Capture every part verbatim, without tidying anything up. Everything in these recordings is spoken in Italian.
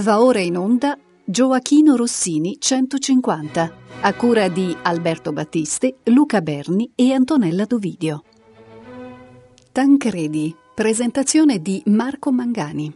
Va ora in onda Gioachino Rossini centocinquanta, a cura di Alberto Battisti, Luca Berni e Antonella Dovidio. Tancredi, presentazione di Marco Mangani.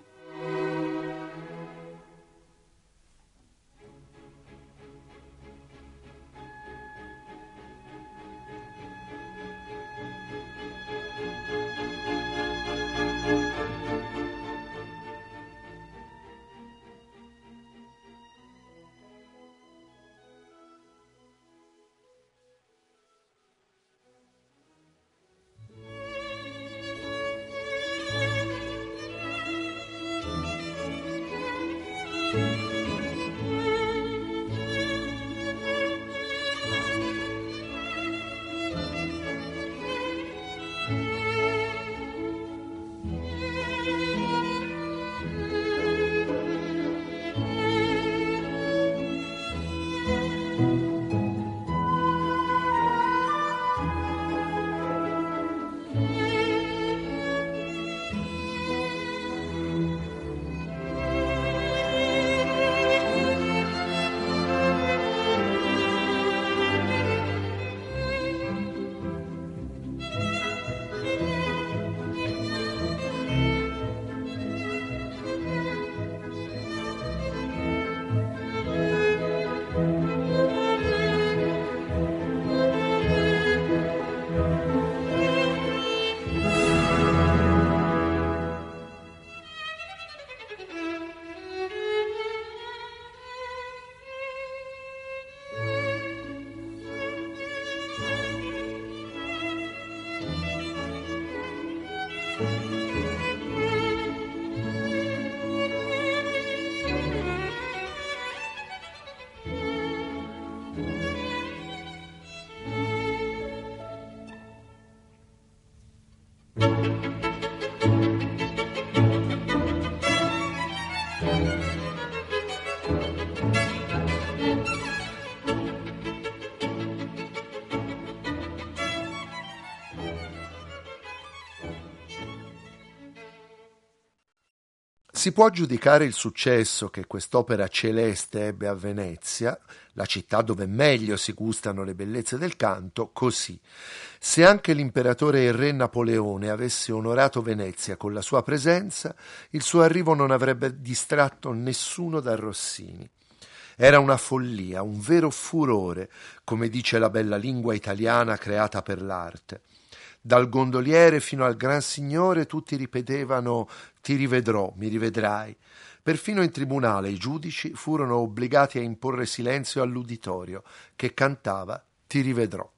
Si può giudicare il successo che quest'opera celeste ebbe a Venezia, la città dove meglio si gustano le bellezze del canto, così. Se anche l'imperatore e il re Napoleone avesse onorato Venezia con la sua presenza, il suo arrivo non avrebbe distratto nessuno da Rossini. Era una follia, un vero furore, come dice la bella lingua italiana creata per l'arte. Dal gondoliere fino al gran signore tutti ripetevano «ti rivedrò, mi rivedrai». Perfino in tribunale i giudici furono obbligati a imporre silenzio all'uditorio, che cantava «ti rivedrò».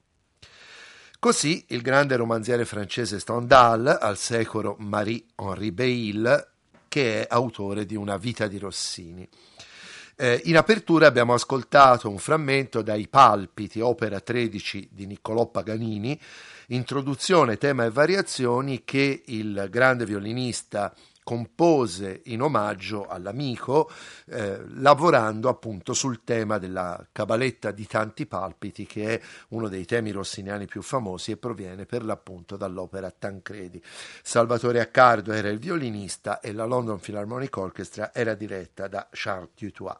Così il grande romanziere francese Stendhal, al secolo Marie-Henri Beyle, che è autore di Una vita di Rossini. Eh, in apertura abbiamo ascoltato un frammento dai Palpiti, opera tredici di Niccolò Paganini, introduzione, tema e variazioni che il grande violinista compose in omaggio all'amico, eh, lavorando appunto sul tema della cabaletta di tanti palpiti, che è uno dei temi rossiniani più famosi e proviene per l'appunto dall'opera Tancredi. Salvatore Accardo era il violinista e la London Philharmonic Orchestra era diretta da Charles Dutoit.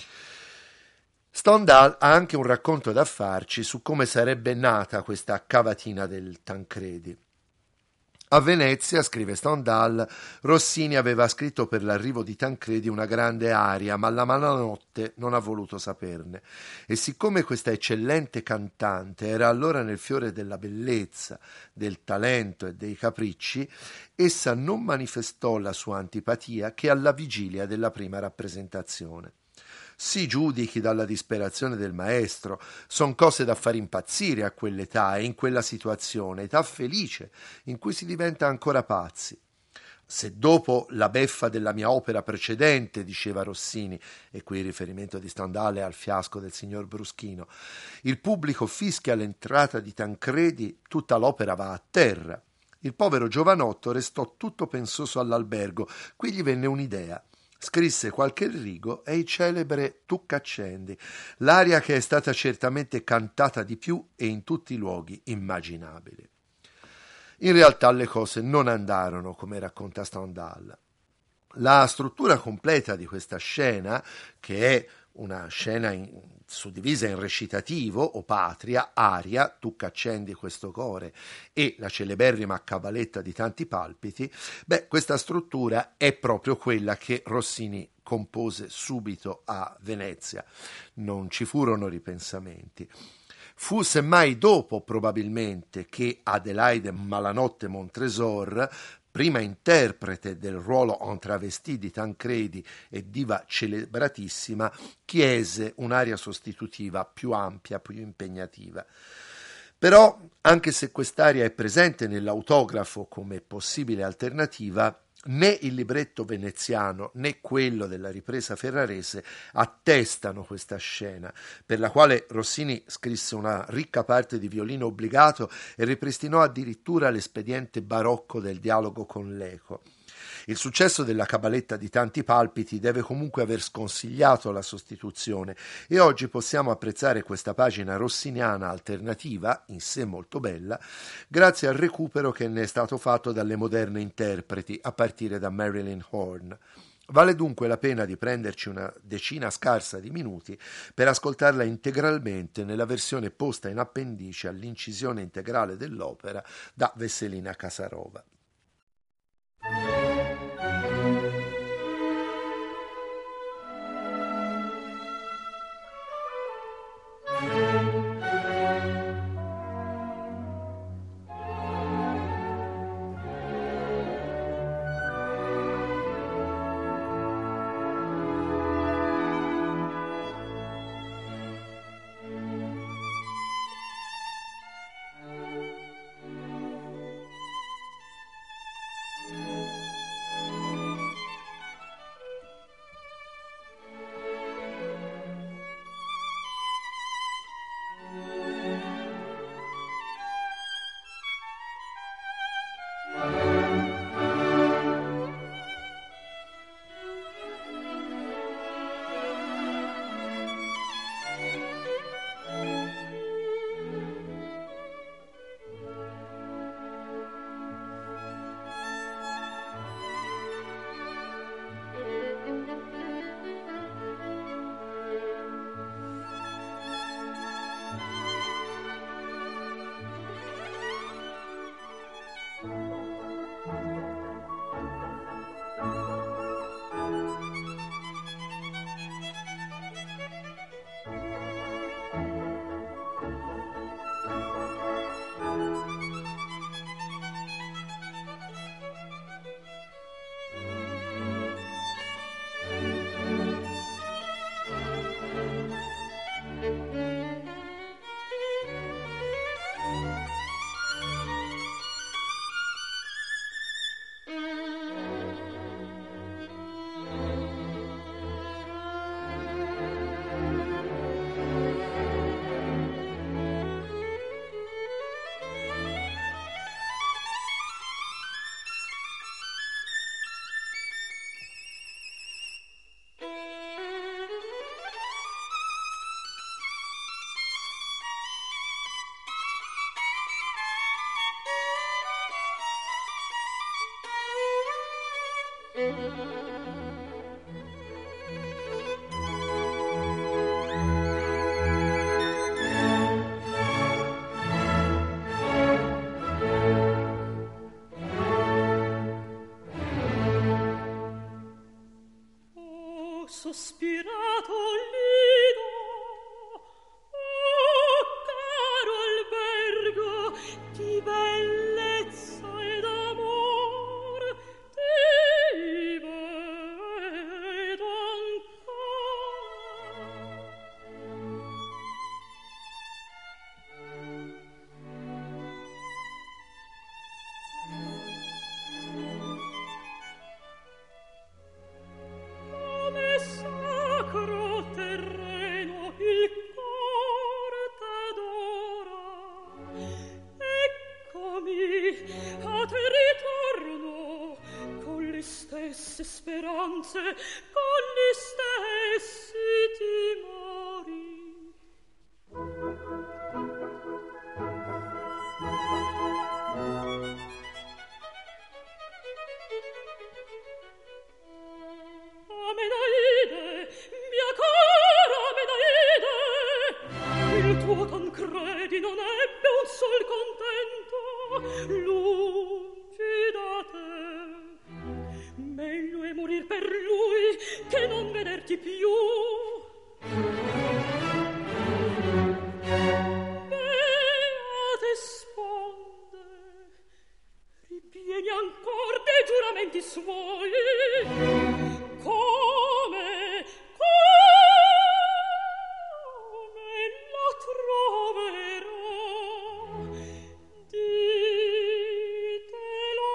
Stendhal ha anche un racconto da farci su come sarebbe nata questa cavatina del Tancredi. A Venezia, scrive Stendhal, Rossini aveva scritto per l'arrivo di Tancredi una grande aria, ma la malanotte non ha voluto saperne. E siccome questa eccellente cantante era allora nel fiore della bellezza, del talento e dei capricci, essa non manifestò la sua antipatia che alla vigilia della prima rappresentazione. Si giudichi dalla disperazione del maestro, son cose da far impazzire a quell'età e in quella situazione, età felice in cui si diventa ancora pazzi. Se dopo la beffa della mia opera precedente, diceva Rossini, e qui il riferimento di Stendhal è al fiasco del signor Bruschino, il pubblico fischia l'entrata di Tancredi, tutta l'opera va a terra. Il povero giovanotto restò tutto pensoso all'albergo, qui gli venne un'idea. Scrisse qualche rigo e il celebre Tu c'accendi, l'aria che è stata certamente cantata di più e in tutti i luoghi immaginabili. In realtà le cose non andarono come racconta Stendhal. La struttura completa di questa scena, che è una scena in, suddivisa in recitativo o patria, aria, tu accendi questo core, e la celeberrima cabaletta di tanti palpiti, beh, questa struttura è proprio quella che Rossini compose subito a Venezia. Non ci furono ripensamenti. Fu semmai dopo, probabilmente, che Adelaide Malanotte Montresor, prima interprete del ruolo en travesti di Tancredi e diva celebratissima, chiese un'aria sostitutiva più ampia, più impegnativa. Però, anche se quest'aria è presente nell'autografo come possibile alternativa, né il libretto veneziano né quello della ripresa ferrarese attestano questa scena, per la quale Rossini scrisse una ricca parte di violino obbligato e ripristinò addirittura l'espediente barocco del dialogo con l'eco. Il successo della cabaletta di tanti palpiti deve comunque aver sconsigliato la sostituzione e oggi possiamo apprezzare questa pagina rossiniana alternativa, in sé molto bella, grazie al recupero che ne è stato fatto dalle moderne interpreti, a partire da Marilyn Horne. Vale dunque la pena di prenderci una decina scarsa di minuti per ascoltarla integralmente nella versione posta in appendice all'incisione integrale dell'opera da Vesselina Casarova. Sospirato lido, oh caro albergo di bellezza ed amor, ti vedo come sacro terreno il cor t'adora. Eccomi a te ritorno con le stesse speranze, con gli stessi timori. credi non ebbe un sol contento lungi da te. Meglio è morir per lui che non vederti più. Beate sponde, ripieni ancor dei giuramenti suoi. Come, come la troverò? Ditelo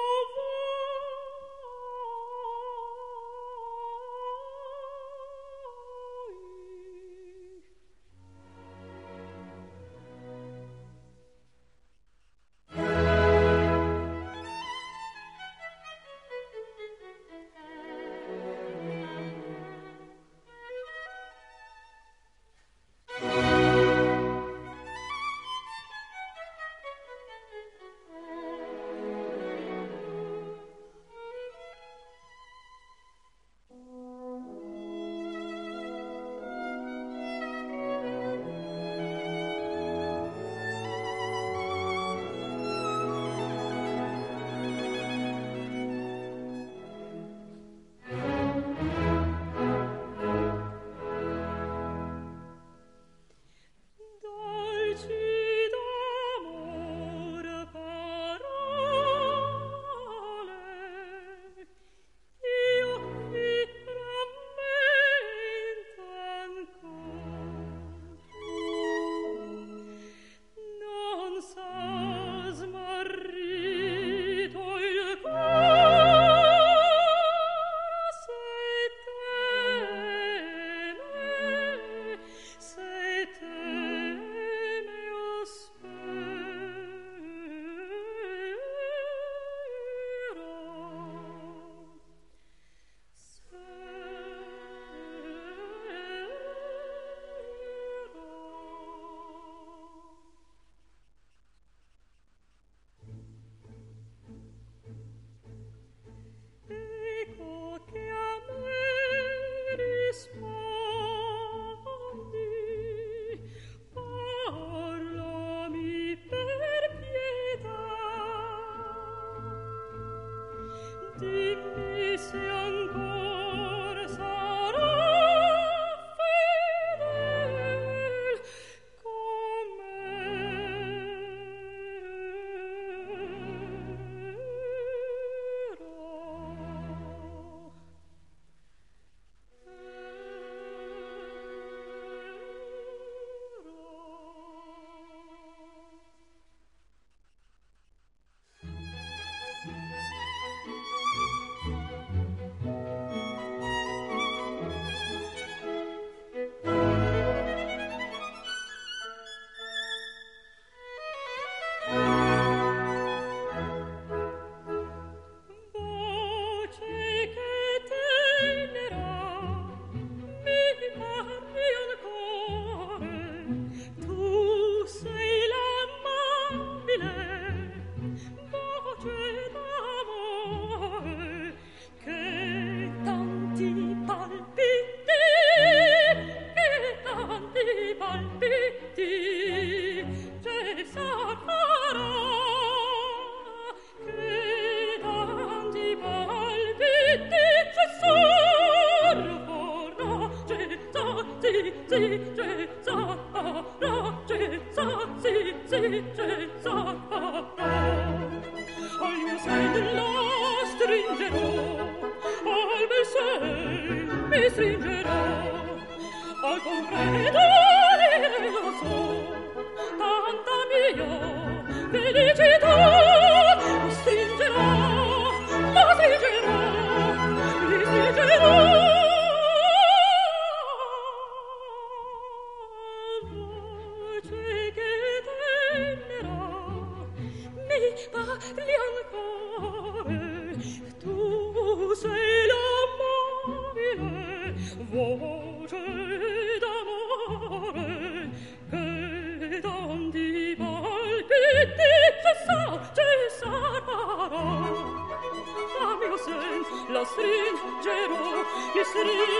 la stringerò, mi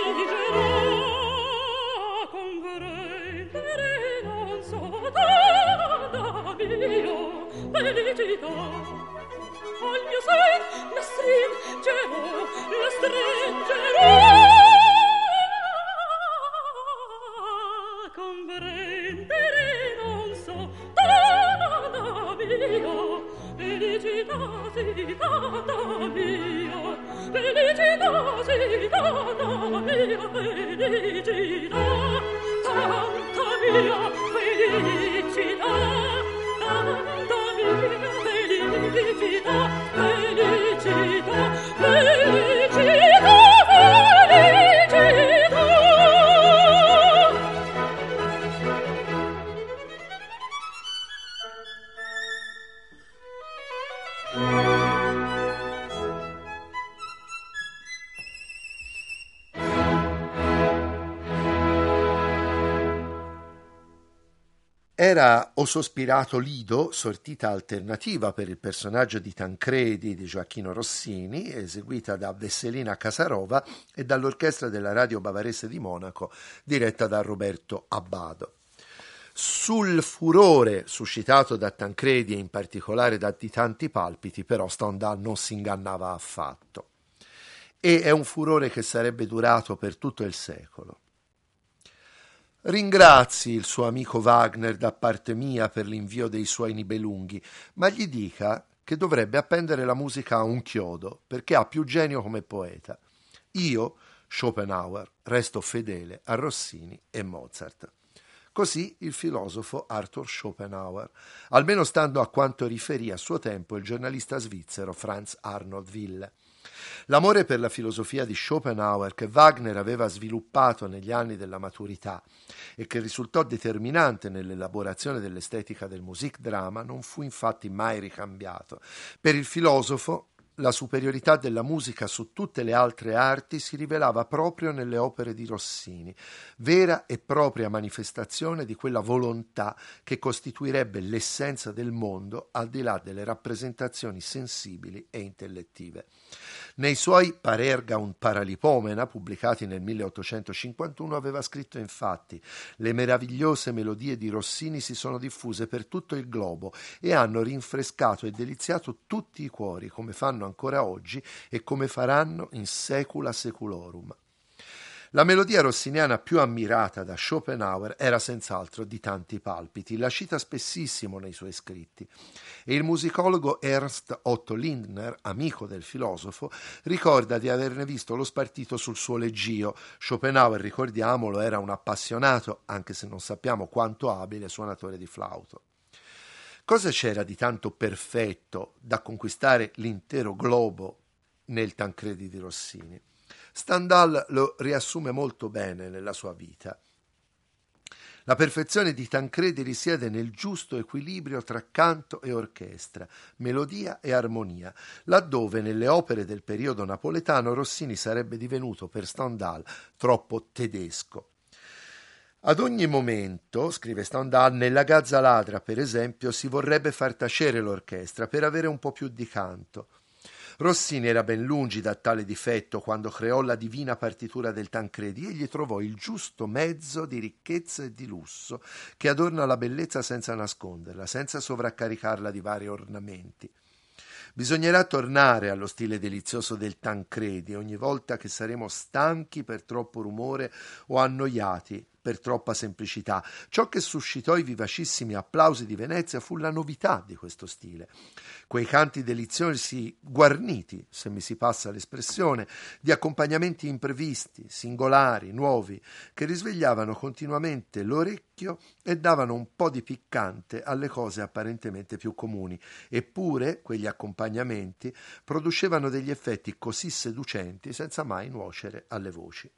stringerò, comprendere non so da felicità. Al mio sen la stringerò, la stringerò. Comprendere non so, tata mia, felicità sì, tata mia, felicità sì, tata mia, felicità, tanta mia felicità, tanta mia felicità, felicità, felicità, felicità. Era O sospirato Lido, sortita alternativa per il personaggio di Tancredi di Gioacchino Rossini, eseguita da Vesselina Casarova e dall'orchestra della Radio Bavarese di Monaco, diretta da Roberto Abbado. Sul furore suscitato da Tancredi e in particolare da Di tanti palpiti, però Stendhal non si ingannava affatto. E è un furore che sarebbe durato per tutto il secolo. Ringrazi il suo amico Wagner da parte mia per l'invio dei suoi Nibelunghi, ma gli dica che dovrebbe appendere la musica a un chiodo, perché ha più genio come poeta. Io, Schopenhauer, resto fedele a Rossini e Mozart. Così il filosofo Arthur Schopenhauer, almeno stando a quanto riferì a suo tempo il giornalista svizzero Franz Arnold Wille. L'amore per la filosofia di Schopenhauer che Wagner aveva sviluppato negli anni della maturità e che risultò determinante nell'elaborazione dell'estetica del Musikdrama non fu infatti mai ricambiato. Per il filosofo la superiorità della musica su tutte le altre arti si rivelava proprio nelle opere di Rossini, vera e propria manifestazione di quella volontà che costituirebbe l'essenza del mondo al di là delle rappresentazioni sensibili e intellettive. Nei suoi Parerga un Paralipomena, pubblicati nel milleottocentocinquantuno, aveva scritto infatti: le meravigliose melodie di Rossini si sono diffuse per tutto il globo e hanno rinfrescato e deliziato tutti i cuori, come fanno ancora oggi e come faranno in secula seculorum. La melodia rossiniana più ammirata da Schopenhauer era senz'altro Di tanti palpiti, la cita spessissimo nei suoi scritti, e il musicologo Ernst Otto Lindner, amico del filosofo, ricorda di averne visto lo spartito sul suo leggio. Schopenhauer, ricordiamolo, era un appassionato, anche se non sappiamo quanto abile, suonatore di flauto. Cosa c'era di tanto perfetto da conquistare l'intero globo nel Tancredi di Rossini? Stendhal lo riassume molto bene nella sua vita. La perfezione di Tancredi risiede nel giusto equilibrio tra canto e orchestra, melodia e armonia, laddove nelle opere del periodo napoletano Rossini sarebbe divenuto per Stendhal troppo tedesco. Ad ogni momento, scrive Stendhal, nella Gazza Ladra, per esempio, si vorrebbe far tacere l'orchestra per avere un po' più di canto. Rossini era ben lungi da tale difetto quando creò la divina partitura del Tancredi. Egli trovò il giusto mezzo di ricchezza e di lusso che adorna la bellezza senza nasconderla, senza sovraccaricarla di vari ornamenti. Bisognerà tornare allo stile delizioso del Tancredi ogni volta che saremo stanchi per troppo rumore o annoiati per troppa semplicità. Ciò che suscitò i vivacissimi applausi di Venezia fu la novità di questo stile. Quei canti deliziosi guarniti, se mi si passa l'espressione, di accompagnamenti imprevisti, singolari, nuovi, che risvegliavano continuamente l'orecchio e davano un po' di piccante alle cose apparentemente più comuni. Eppure quegli accompagnamenti producevano degli effetti così seducenti senza mai nuocere alle voci.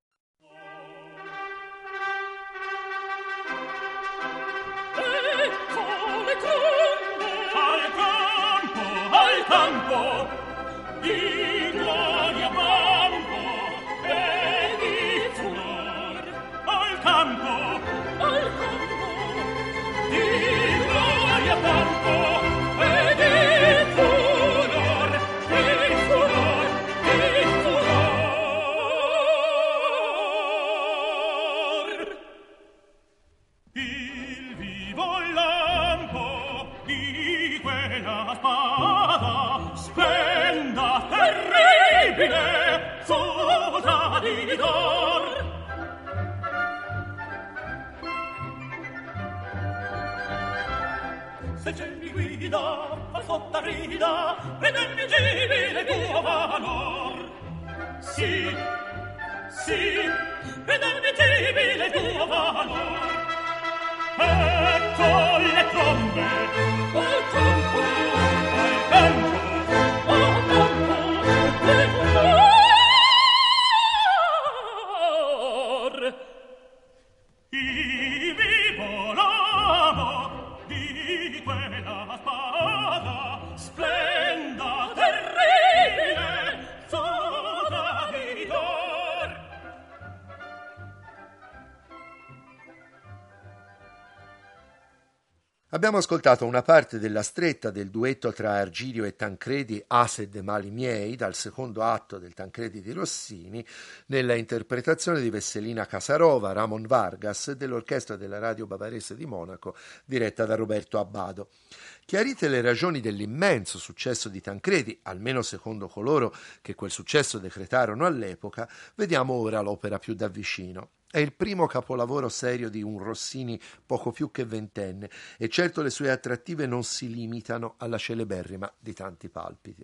Campo di gloria campo e di furor al campo al campo di gloria campo e di furor di furor di furor il vivo lampo di quel quella spada splenda terribile sul traditor. Se c'è mi guida, fa sotto rida, ed è invincibile tuo valor. Sì, sì, ed è invincibile tuo valor. Ecco le trombe, al campo, al vento, al campo, le cuor. Ivi volavo di quella spada, splenda terribile, sul traditor. Abbiamo ascoltato una parte della stretta del duetto tra Argirio e Tancredi, Ase de mali miei, dal secondo atto del Tancredi di Rossini, nella interpretazione di Vesselina Casarova, Ramon Vargas e dell'orchestra della Radio Bavarese di Monaco, diretta da Roberto Abbado. Chiarite le ragioni dell'immenso successo di Tancredi, almeno secondo coloro che quel successo decretarono all'epoca, vediamo ora l'opera più da vicino. È il primo capolavoro serio di un Rossini poco più che ventenne e certo le sue attrattive non si limitano alla celeberrima di tanti palpiti.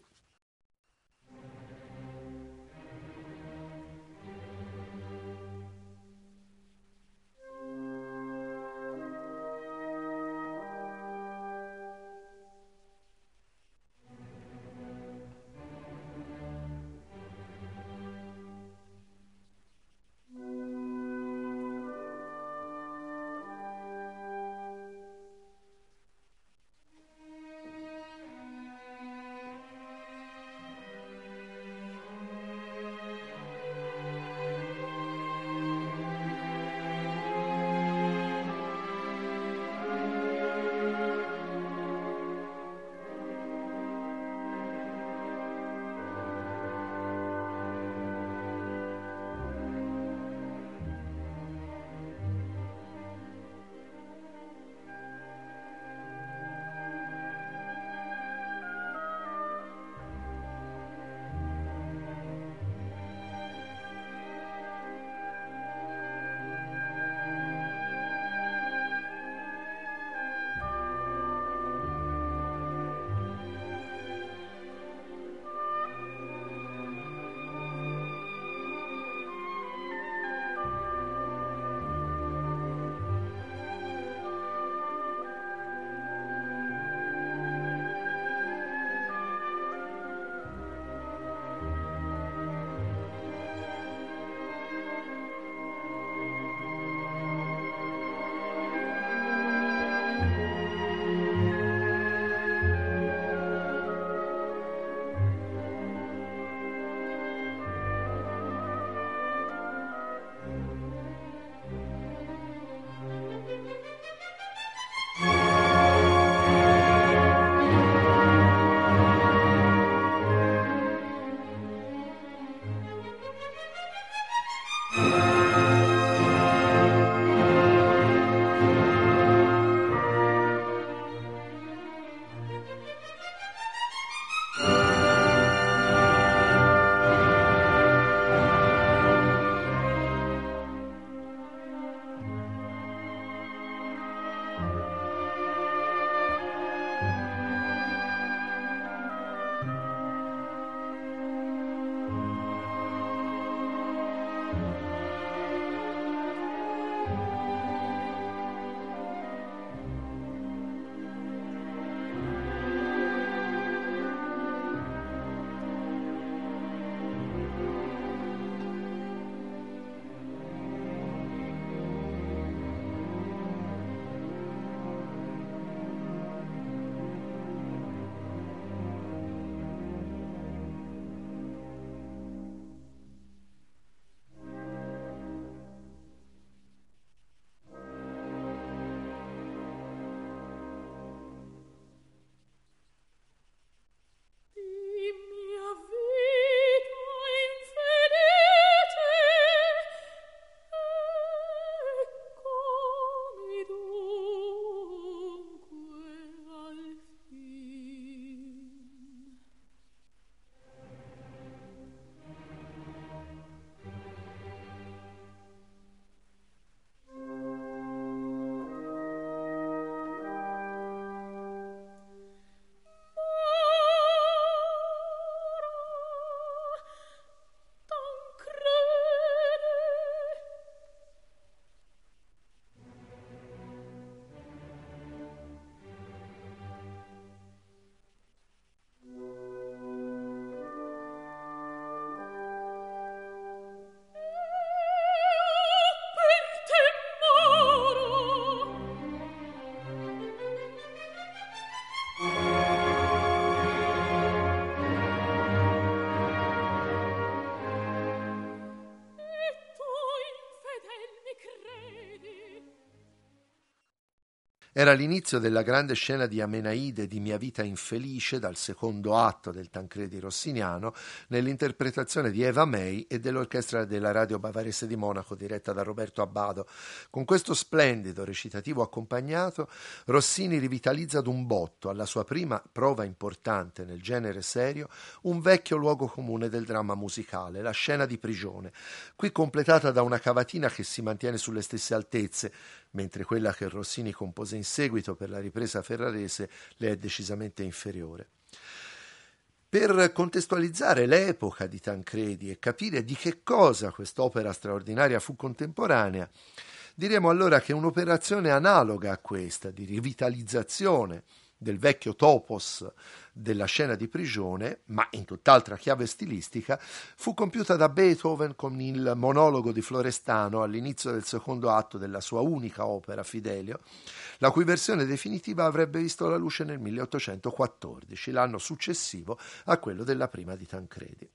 Era l'inizio della grande scena di Amenaide di Mia vita infelice, dal secondo atto del Tancredi rossiniano, nell'interpretazione di Eva May e dell'orchestra della Radio Bavarese di Monaco diretta da Roberto Abbado. Con questo splendido recitativo accompagnato, Rossini rivitalizza d'un botto, alla sua prima prova importante nel genere serio, un vecchio luogo comune del dramma musicale, la scena di prigione, qui completata da una cavatina che si mantiene sulle stesse altezze, mentre quella che Rossini compose in seguito per la ripresa ferrarese le è decisamente inferiore. Per contestualizzare l'epoca di Tancredi e capire di che cosa quest'opera straordinaria fu contemporanea, diremo allora che un'operazione analoga a questa, di rivitalizzazione del vecchio topos della scena di prigione, ma in tutt'altra chiave stilistica, fu compiuta da Beethoven con il monologo di Florestano all'inizio del secondo atto della sua unica opera Fidelio, la cui versione definitiva avrebbe visto la luce nel milleottocentoquattordici, l'anno successivo a quello della prima di Tancredi.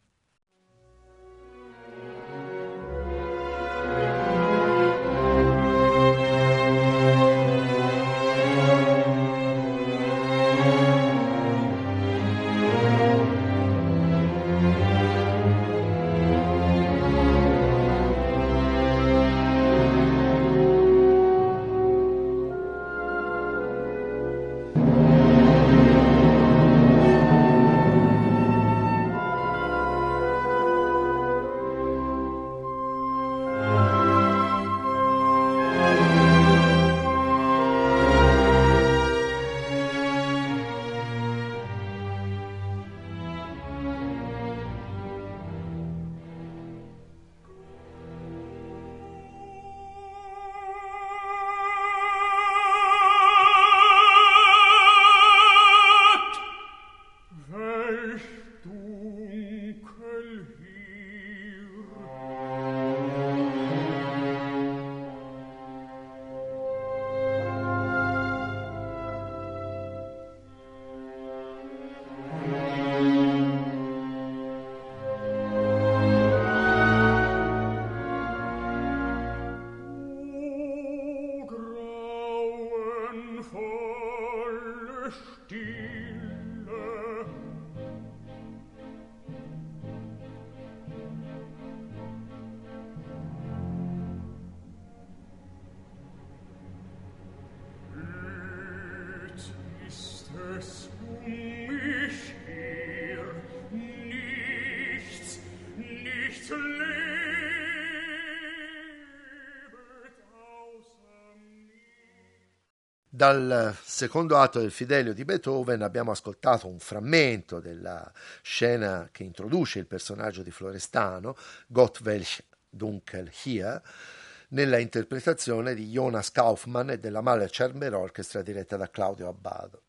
Dal secondo atto del Fidelio di Beethoven abbiamo ascoltato un frammento della scena che introduce il personaggio di Florestano, Gott welch dunkel hier, nella interpretazione di Jonas Kaufmann e della Mahler Chamber Orchestra diretta da Claudio Abbado.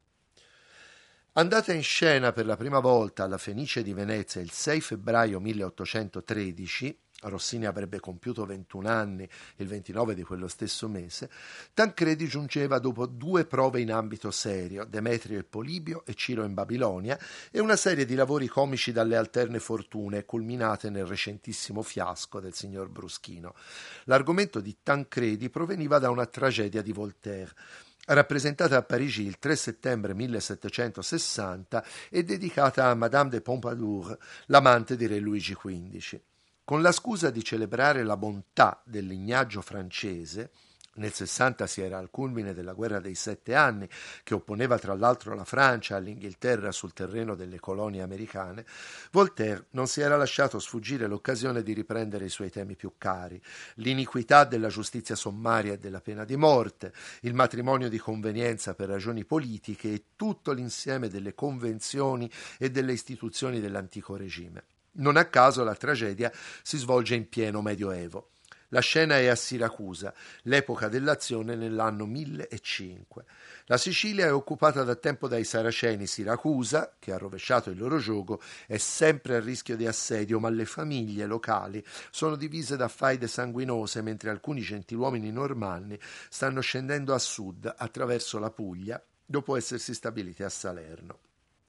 Andata in scena per la prima volta alla Fenice di Venezia il sei febbraio milleottocentotredici, Rossini avrebbe compiuto ventuno anni il ventinove di quello stesso mese, Tancredi giungeva dopo due prove in ambito serio, Demetrio e Polibio e Ciro in Babilonia, e una serie di lavori comici dalle alterne fortune, culminate nel recentissimo fiasco del signor Bruschino. L'argomento di Tancredi proveniva da una tragedia di Voltaire, rappresentata a Parigi il tre settembre millesettecentosessanta e dedicata a Madame de Pompadour, l'amante di Re Luigi quindici. Con la scusa di celebrare la bontà del lignaggio francese, nel sessanta si era al culmine della guerra dei sette anni, che opponeva tra l'altro la Francia all'Inghilterra sul terreno delle colonie americane, Voltaire non si era lasciato sfuggire l'occasione di riprendere i suoi temi più cari: l'iniquità della giustizia sommaria e della pena di morte, il matrimonio di convenienza per ragioni politiche e tutto l'insieme delle convenzioni e delle istituzioni dell'antico regime. Non a caso la tragedia si svolge in pieno Medioevo. La scena è a Siracusa, l'epoca dell'azione nell'anno millecinque. La Sicilia è occupata da tempo dai Saraceni. Siracusa, che ha rovesciato il loro giogo, è sempre a rischio di assedio, ma le famiglie locali sono divise da faide sanguinose, mentre alcuni gentiluomini normanni stanno scendendo a sud attraverso la Puglia, dopo essersi stabiliti a Salerno.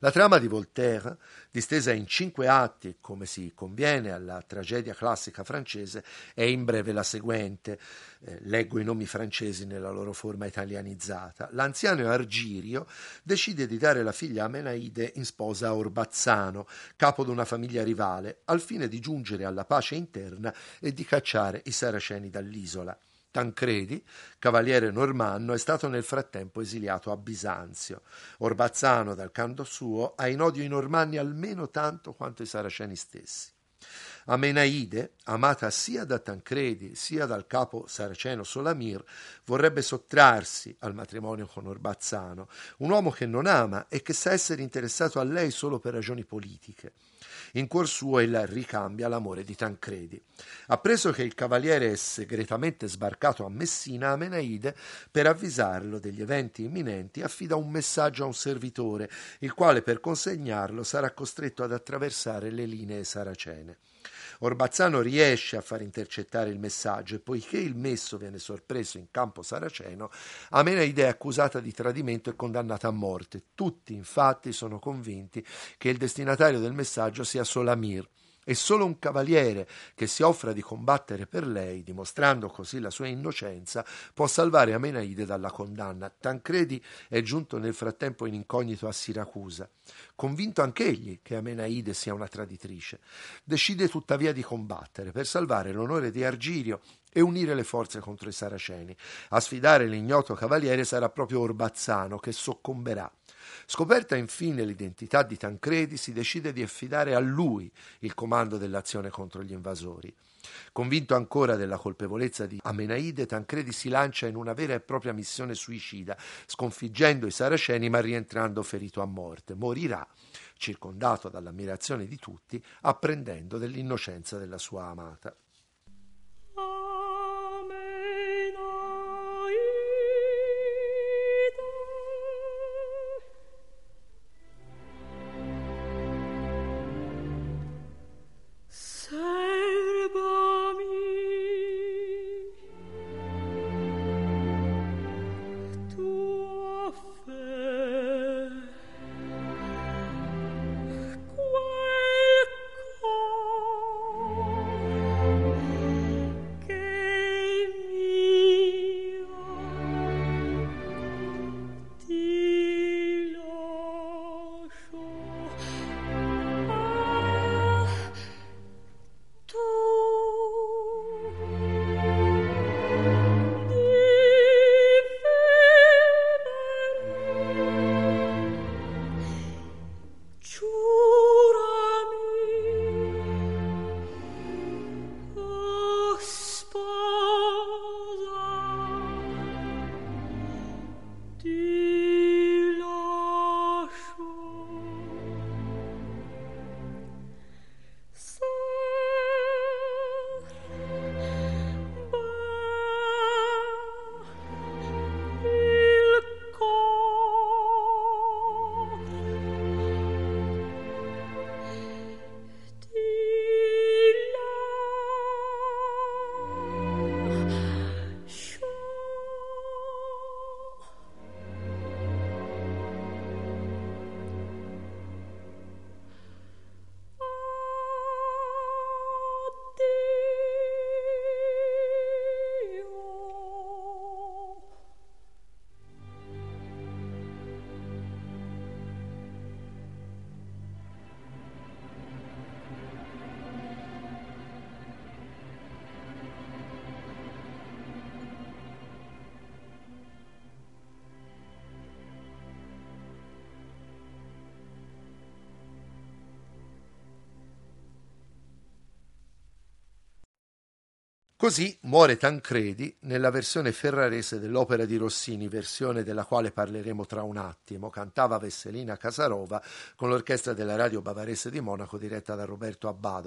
La trama di Voltaire, distesa in cinque atti, come si conviene alla tragedia classica francese, è in breve la seguente. Eh, leggo i nomi francesi nella loro forma italianizzata. L'anziano Argirio decide di dare la figlia Amenaide in sposa a Orbazzano, capo di una famiglia rivale, al fine di giungere alla pace interna e di cacciare i saraceni dall'isola. Tancredi, cavaliere normanno, è stato nel frattempo esiliato a Bisanzio. Orbazzano, dal canto suo, ha in odio i normanni almeno tanto quanto i saraceni stessi. Amenaide, amata sia da Tancredi sia dal capo saraceno Solamir, vorrebbe sottrarsi al matrimonio con Orbazzano, un uomo che non ama e che sa essere interessato a lei solo per ragioni politiche. In cuor suo ella ricambia l'amore di Tancredi. Appreso che il cavaliere è segretamente sbarcato a Messina, Amenaide, per avvisarlo degli eventi imminenti, affida un messaggio a un servitore, il quale per consegnarlo sarà costretto ad attraversare le linee saracene. Orbazzano riesce a far intercettare il messaggio e poiché il messo viene sorpreso in campo saraceno, Amenaide è accusata di tradimento e condannata a morte. Tutti, infatti, sono convinti che il destinatario del messaggio sia Solamir e solo un cavaliere che si offra di combattere per lei, dimostrando così la sua innocenza, può salvare Amenaide dalla condanna. Tancredi è giunto nel frattempo in incognito a Siracusa. Convinto anch'egli che Amenaide sia una traditrice, decide tuttavia di combattere per salvare l'onore di Argirio e unire le forze contro i saraceni. A sfidare l'ignoto cavaliere sarà proprio Orbazzano, che soccomberà. Scoperta infine l'identità di Tancredi, si decide di affidare a lui il comando dell'azione contro gli invasori. Convinto ancora della colpevolezza di Amenaide, Tancredi si lancia in una vera e propria missione suicida, sconfiggendo i saraceni ma rientrando ferito a morte. Morirà, circondato dall'ammirazione di tutti, apprendendo dell'innocenza della sua amata. Così muore Tancredi nella versione ferrarese dell'opera di Rossini, versione della quale parleremo tra un attimo. Cantava Vesselina Casarova con l'orchestra della radio bavarese di Monaco diretta da Roberto Abbado.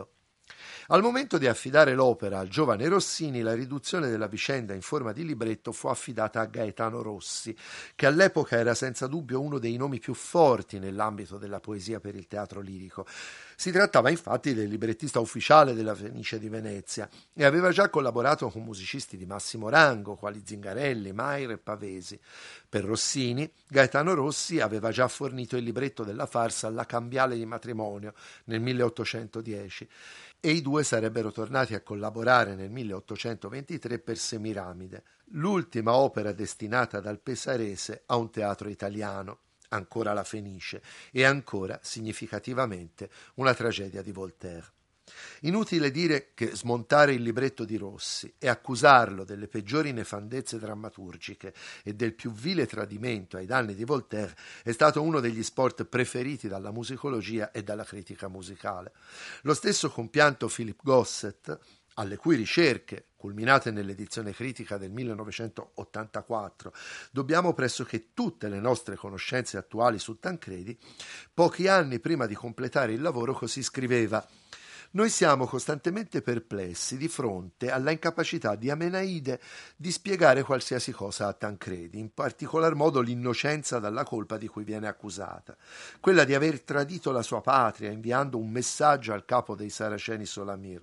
Al momento di affidare l'opera al giovane Rossini, la riduzione della vicenda in forma di libretto fu affidata a Gaetano Rossi, che all'epoca era senza dubbio uno dei nomi più forti nell'ambito della poesia per il teatro lirico. Si trattava infatti del librettista ufficiale della Fenice di Venezia e aveva già collaborato con musicisti di massimo rango, quali Zingarelli, Mair e Pavesi. Per Rossini, Gaetano Rossi aveva già fornito il libretto della farsa La cambiale di matrimonio nel milleottocentodieci e i due sarebbero tornati a collaborare nel milleottocentoventitré per Semiramide, l'ultima opera destinata dal pesarese a un teatro italiano, ancora la Fenice, e ancora, significativamente, una tragedia di Voltaire. Inutile dire che smontare il libretto di Rossi e accusarlo delle peggiori nefandezze drammaturgiche e del più vile tradimento ai danni di Voltaire è stato uno degli sport preferiti dalla musicologia e dalla critica musicale. Lo stesso compianto Philip Gossett, alle cui ricerche, culminate nell'edizione critica del millenovecentottantaquattro, dobbiamo pressoché tutte le nostre conoscenze attuali su Tancredi, pochi anni prima di completare il lavoro così scriveva: «Noi siamo costantemente perplessi di fronte alla incapacità di Amenaide di spiegare qualsiasi cosa a Tancredi, in particolar modo l'innocenza dalla colpa di cui viene accusata, quella di aver tradito la sua patria inviando un messaggio al capo dei Saraceni Solamir.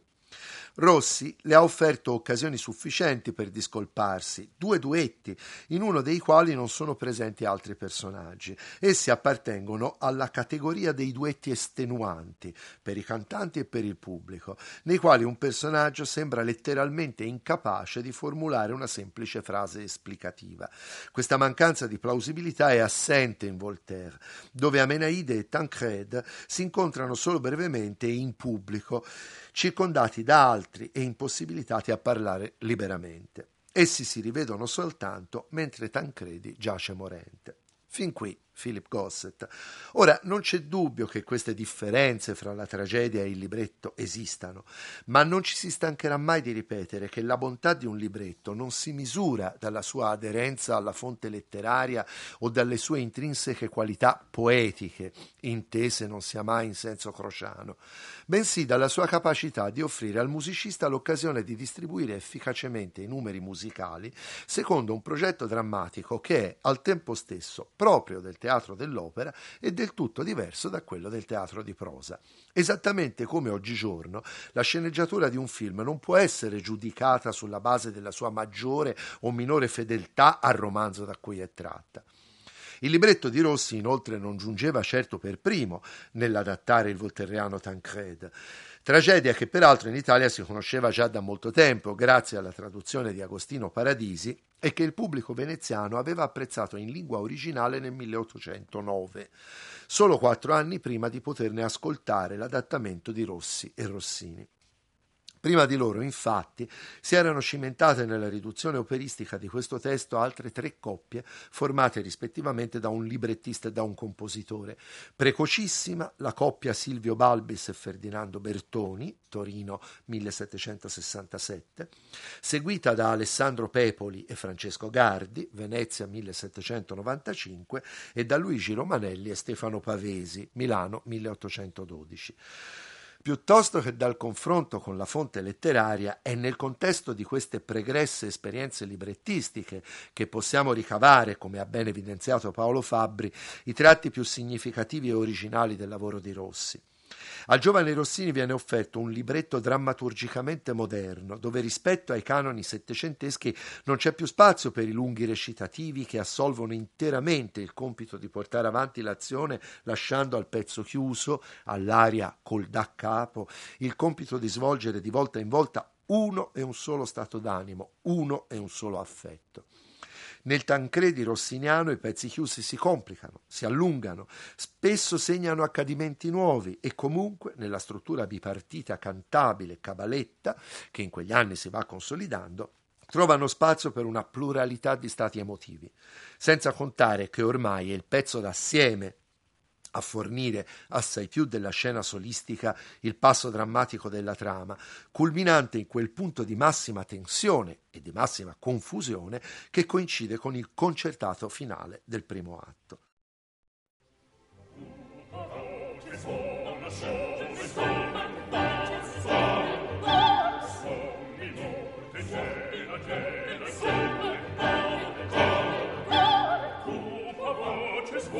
Rossi le ha offerto occasioni sufficienti per discolparsi, due duetti, in uno dei quali non sono presenti altri personaggi. Essi appartengono alla categoria dei duetti estenuanti, per i cantanti e per il pubblico, nei quali un personaggio sembra letteralmente incapace di formulare una semplice frase esplicativa. Questa mancanza di plausibilità è assente in Voltaire, dove Amenaide e Tancred si incontrano solo brevemente e in pubblico, circondati da altri e impossibilitati a parlare liberamente. Essi si rivedono soltanto mentre Tancredi giace morente». Fin qui Philip Gossett. Ora, non c'è dubbio che queste differenze fra la tragedia e il libretto esistano, ma non ci si stancherà mai di ripetere che la bontà di un libretto non si misura dalla sua aderenza alla fonte letteraria o dalle sue intrinseche qualità poetiche, intese non sia mai in senso crociano, bensì dalla sua capacità di offrire al musicista l'occasione di distribuire efficacemente i numeri musicali secondo un progetto drammatico che è al tempo stesso proprio del teatro dell'opera e del tutto diverso da quello del teatro di prosa. Esattamente come oggigiorno la sceneggiatura di un film non può essere giudicata sulla base della sua maggiore o minore fedeltà al romanzo da cui è tratta. Il libretto di Rossi inoltre non giungeva certo per primo nell'adattare il voltairiano Tancred, tragedia che peraltro in Italia si conosceva già da molto tempo grazie alla traduzione di Agostino Paradisi e che il pubblico veneziano aveva apprezzato in lingua originale nel milleottocentonove, solo quattro anni prima di poterne ascoltare l'adattamento di Rossi e Rossini. Prima di loro, infatti, si erano cimentate nella riduzione operistica di questo testo altre tre coppie formate rispettivamente da un librettista e da un compositore. Precocissima la coppia Silvio Balbis e Ferdinando Bertoni, Torino millesettecentosessantasette, seguita da Alessandro Pepoli e Francesco Gardi, Venezia millesettecentonovantacinque, e da Luigi Romanelli e Stefano Pavesi, Milano milleottocentododici. Piuttosto che dal confronto con la fonte letteraria, è nel contesto di queste pregresse esperienze librettistiche che possiamo ricavare, come ha ben evidenziato Paolo Fabbri, i tratti più significativi e originali del lavoro di Rossi. Al giovane Rossini viene offerto un libretto drammaturgicamente moderno, dove rispetto ai canoni settecenteschi non c'è più spazio per i lunghi recitativi che assolvono interamente il compito di portare avanti l'azione, lasciando al pezzo chiuso, all'aria col da capo, il compito di svolgere di volta in volta uno e un solo stato d'animo, uno e un solo affetto. Nel Tancredi rossiniano i pezzi chiusi si complicano, si allungano, spesso segnano accadimenti nuovi e comunque nella struttura bipartita cantabile cabaletta, che in quegli anni si va consolidando, trovano spazio per una pluralità di stati emotivi, senza contare che ormai è il pezzo d'assieme a fornire assai più della scena solistica il passo drammatico della trama, culminante in quel punto di massima tensione e di massima confusione che coincide con il concertato finale del primo atto. Oh,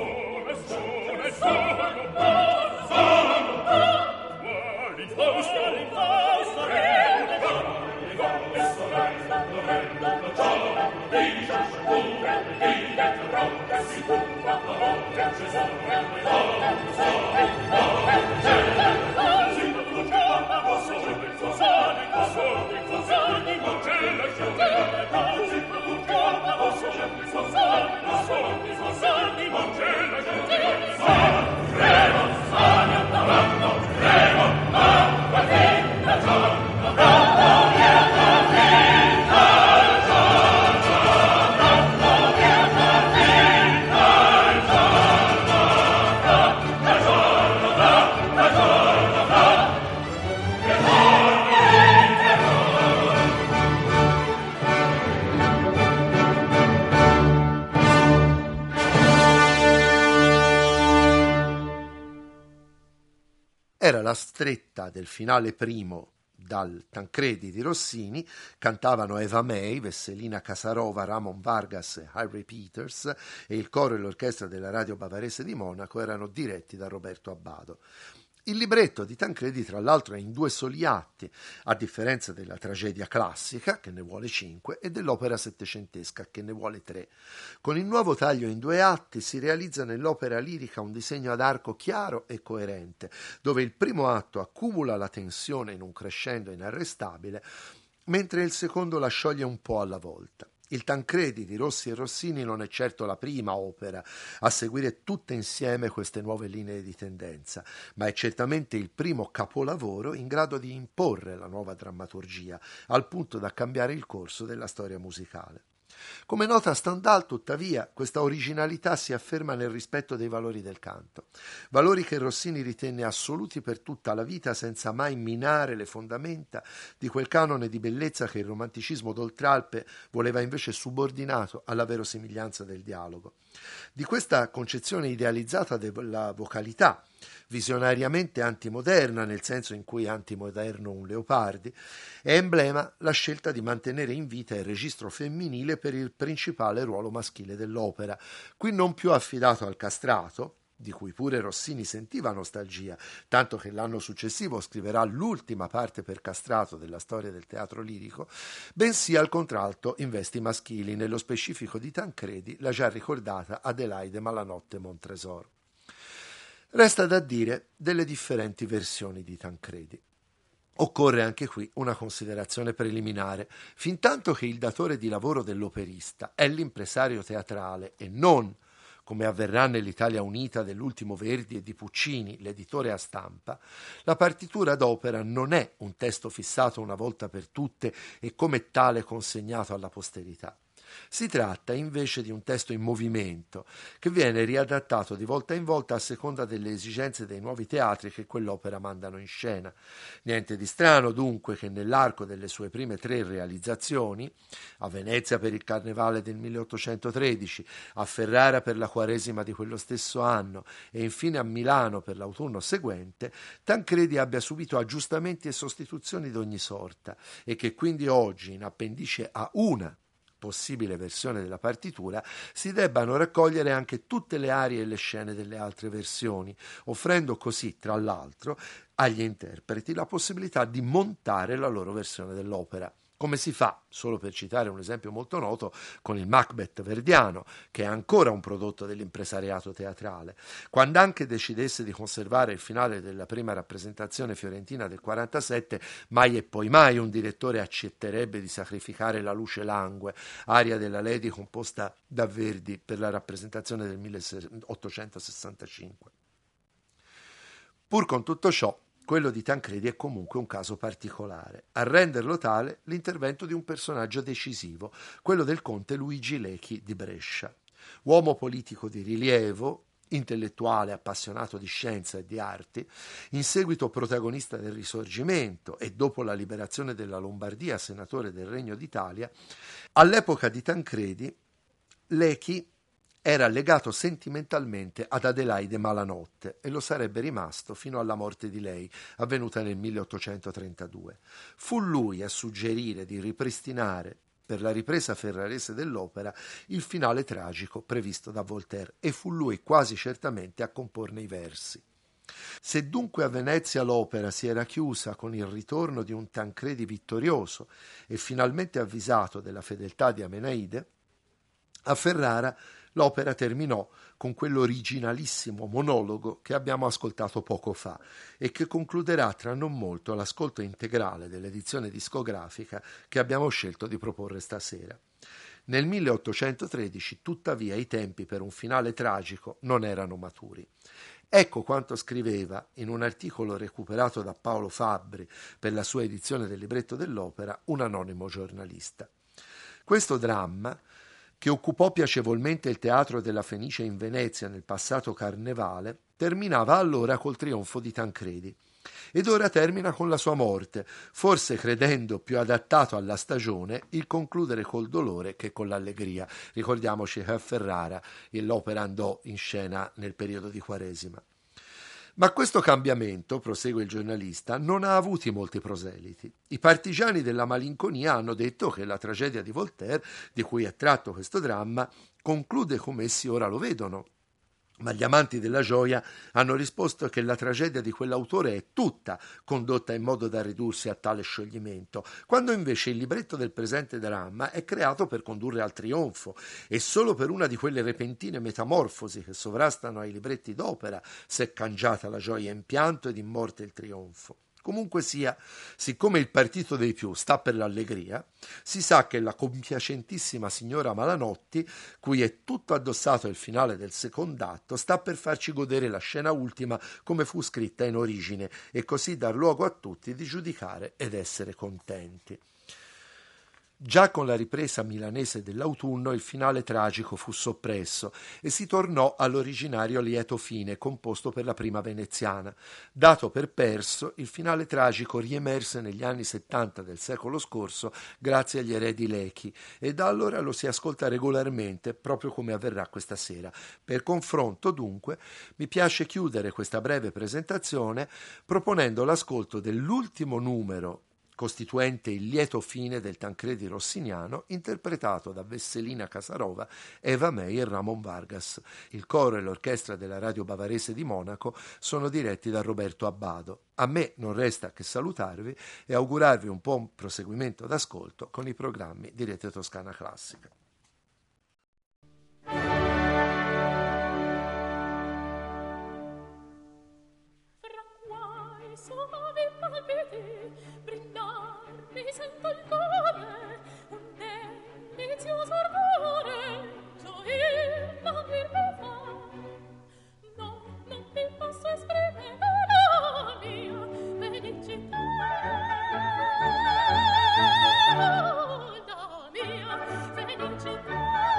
Era la stretta del finale primo dal Tancredi di Rossini, cantavano Eva May, Vesselina Casarova, Ramon Vargas e Harry Peters, e il coro e l'orchestra della Radio Bavarese di Monaco erano diretti da Roberto Abbado. Il libretto di Tancredi, tra l'altro, è in due soli atti, a differenza della tragedia classica, che ne vuole cinque, e dell'opera settecentesca, che ne vuole tre. Con il nuovo taglio in due atti si realizza nell'opera lirica un disegno ad arco chiaro e coerente, dove il primo atto accumula la tensione in un crescendo inarrestabile, mentre il secondo la scioglie un po' alla volta. Il Tancredi di Rossi e Rossini non è certo la prima opera a seguire tutte insieme queste nuove linee di tendenza, ma è certamente il primo capolavoro in grado di imporre la nuova drammaturgia, al punto da cambiare il corso della storia musicale. Come nota Stendhal, tuttavia, questa originalità si afferma nel rispetto dei valori del canto, valori che Rossini ritenne assoluti per tutta la vita senza mai minare le fondamenta di quel canone di bellezza che il romanticismo d'Oltralpe voleva invece subordinato alla verosimiglianza del dialogo. Di questa concezione idealizzata della vocalità, visionariamente antimoderna nel senso in cui è antimoderno un Leopardi, è emblema la scelta di mantenere in vita il registro femminile per il principale ruolo maschile dell'opera, qui non più affidato al castrato, di cui pure Rossini sentiva nostalgia, tanto che l'anno successivo scriverà l'ultima parte per castrato della storia del teatro lirico, bensì al contralto in vesti maschili, nello specifico di Tancredi, la già ricordata Adelaide Malanotte Montresor. Resta da dire delle differenti versioni di Tancredi. Occorre anche qui una considerazione preliminare. Fintanto che il datore di lavoro dell'operista è l'impresario teatrale e non, come avverrà nell'Italia Unita dell'ultimo Verdi e di Puccini, l'editore a stampa, la partitura d'opera non è un testo fissato una volta per tutte e come tale consegnato alla posterità. Si tratta invece di un testo in movimento che viene riadattato di volta in volta a seconda delle esigenze dei nuovi teatri che quell'opera mandano in scena. Niente di strano dunque che nell'arco delle sue prime tre realizzazioni, a Venezia per il Carnevale del milleottocentotredici, a Ferrara per la Quaresima di quello stesso anno e infine a Milano per l'autunno seguente, Tancredi abbia subito aggiustamenti e sostituzioni d'ogni sorta e che quindi oggi, in appendice a una possibile versione della partitura, si debbano raccogliere anche tutte le arie e le scene delle altre versioni, offrendo così, tra l'altro, agli interpreti la possibilità di montare la loro versione dell'opera, come si fa, solo per citare un esempio molto noto, con il Macbeth verdiano, che è ancora un prodotto dell'impresariato teatrale. Quando anche decidesse di conservare il finale della prima rappresentazione fiorentina del quarantasette, mai e poi mai un direttore accetterebbe di sacrificare La luce langue, aria della Lady composta da Verdi per la rappresentazione del milleottocentosessantacinque. Pur con tutto ciò, quello di Tancredi è comunque un caso particolare. A renderlo tale l'intervento di un personaggio decisivo, quello del conte Luigi Lechi di Brescia. Uomo politico di rilievo, intellettuale appassionato di scienza e di arti, in seguito protagonista del Risorgimento e dopo la liberazione della Lombardia senatore del Regno d'Italia, all'epoca di Tancredi Lechi era legato sentimentalmente ad Adelaide Malanotte e lo sarebbe rimasto fino alla morte di lei, avvenuta nel milleottocentotrentadue. Fu lui a suggerire di ripristinare per la ripresa ferrarese dell'opera il finale tragico previsto da Voltaire, e fu lui quasi certamente a comporne i versi. Se dunque a Venezia l'opera si era chiusa con il ritorno di un Tancredi vittorioso e finalmente avvisato della fedeltà di Amenaide, a Ferrara l'opera terminò con quell'originalissimo monologo che abbiamo ascoltato poco fa e che concluderà tra non molto l'ascolto integrale dell'edizione discografica che abbiamo scelto di proporre stasera. Nel milleottocentotredici, tuttavia, i tempi per un finale tragico non erano maturi. Ecco quanto scriveva in un articolo recuperato da Paolo Fabbri per la sua edizione del libretto dell'opera un anonimo giornalista. Questo dramma, che occupò piacevolmente il teatro della Fenice in Venezia nel passato carnevale, terminava allora col trionfo di Tancredi ed ora termina con la sua morte, forse credendo più adattato alla stagione il concludere col dolore che con l'allegria. Ricordiamoci che a Ferrara l'opera andò in scena nel periodo di Quaresima. Ma questo cambiamento, prosegue il giornalista, non ha avuti molti proseliti. I partigiani della malinconia hanno detto che la tragedia di Voltaire, di cui è tratto questo dramma, conclude come essi ora lo vedono. Ma gli amanti della gioia hanno risposto che la tragedia di quell'autore è tutta condotta in modo da ridursi a tale scioglimento, quando invece il libretto del presente dramma è creato per condurre al trionfo, e solo per una di quelle repentine metamorfosi che sovrastano ai libretti d'opera s'è cangiata la gioia in pianto ed in morte il trionfo. Comunque sia, siccome il partito dei più sta per l'allegria, si sa che la compiacentissima signora Malanotti, cui è tutto addossato il finale del secondo atto, sta per farci godere la scena ultima come fu scritta in origine e così dar luogo a tutti di giudicare ed essere contenti. Già con la ripresa milanese dell'autunno il finale tragico fu soppresso e si tornò all'originario lieto fine composto per la prima veneziana. Dato per perso, il finale tragico riemerse negli anni settanta del secolo scorso grazie agli eredi Lechi e da allora lo si ascolta regolarmente, proprio come avverrà questa sera. Per confronto, dunque, mi piace chiudere questa breve presentazione proponendo l'ascolto dell'ultimo numero costituente il lieto fine del Tancredi rossiniano, interpretato da Vesselina Casarova, Eva May e Ramon Vargas. Il coro e l'orchestra della Radio Bavarese di Monaco sono diretti da Roberto Abbado. A me non resta che salutarvi e augurarvi un buon proseguimento d'ascolto con i programmi di Rete Toscana Classica. Mi sento il cuore, un delizioso ardore, gioir non dir mi fa. No, non ti posso esprimere la mia felicità. La mia felicità.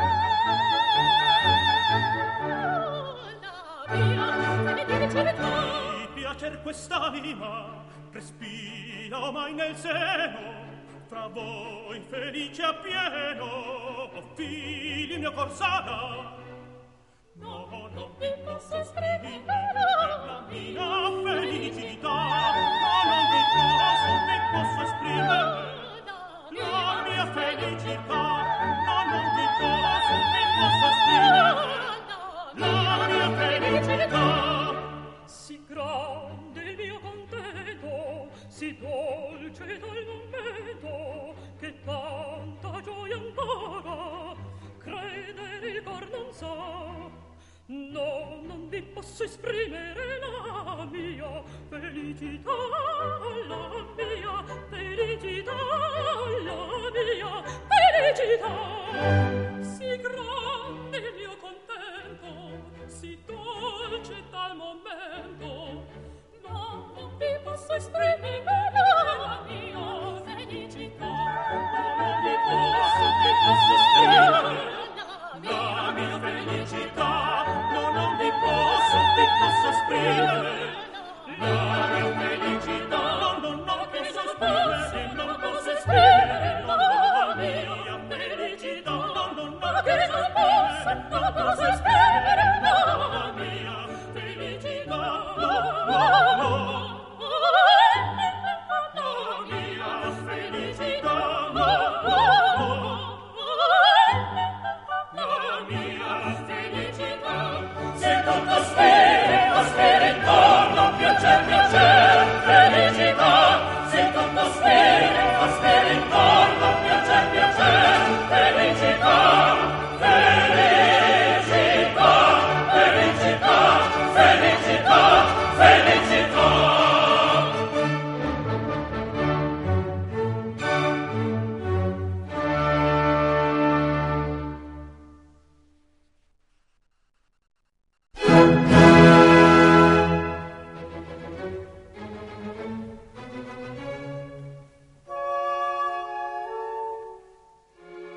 La mia felicità. Mi piacer quest'anima respira mai nel seno, fra voi felice appieno, o figli mio corsana. No, non vi posso esprimere la mia felicità, no, non vi posso, vi posso esprimere la mia felicità, no, non vi posso, vi posso esprimere la mia felicità. Si grande il mio contento, si dolce dal momento, che tanta gioia ancora credere il cor non sa. No, non vi posso esprimere la mia felicità, la mia felicità, la mia felicità. Si grande il mio contento, si dolce tal momento, no, non vi posso esprimere la mia felicità. Non vi posso, vi posso esprimere la mia felicità. No, non vi posso, vi posso esprimere la mia felicità. No, no, non posso esprimere, non posso esprimere la mia felicità. No, no, non posso, non posso esprimere la mia felicità. No, no, no. La mia felicità. No, no, no.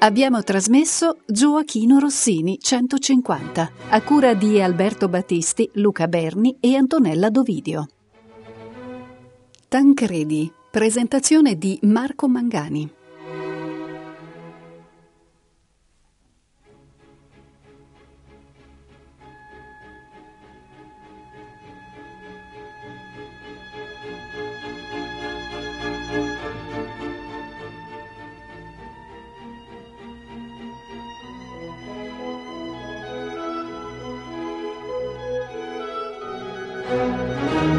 Abbiamo trasmesso Gioachino Rossini centocinquanta, a cura di Alberto Battisti, Luca Berni e Antonella Dovidio. Tancredi, presentazione di Marco Mangani. Thank you.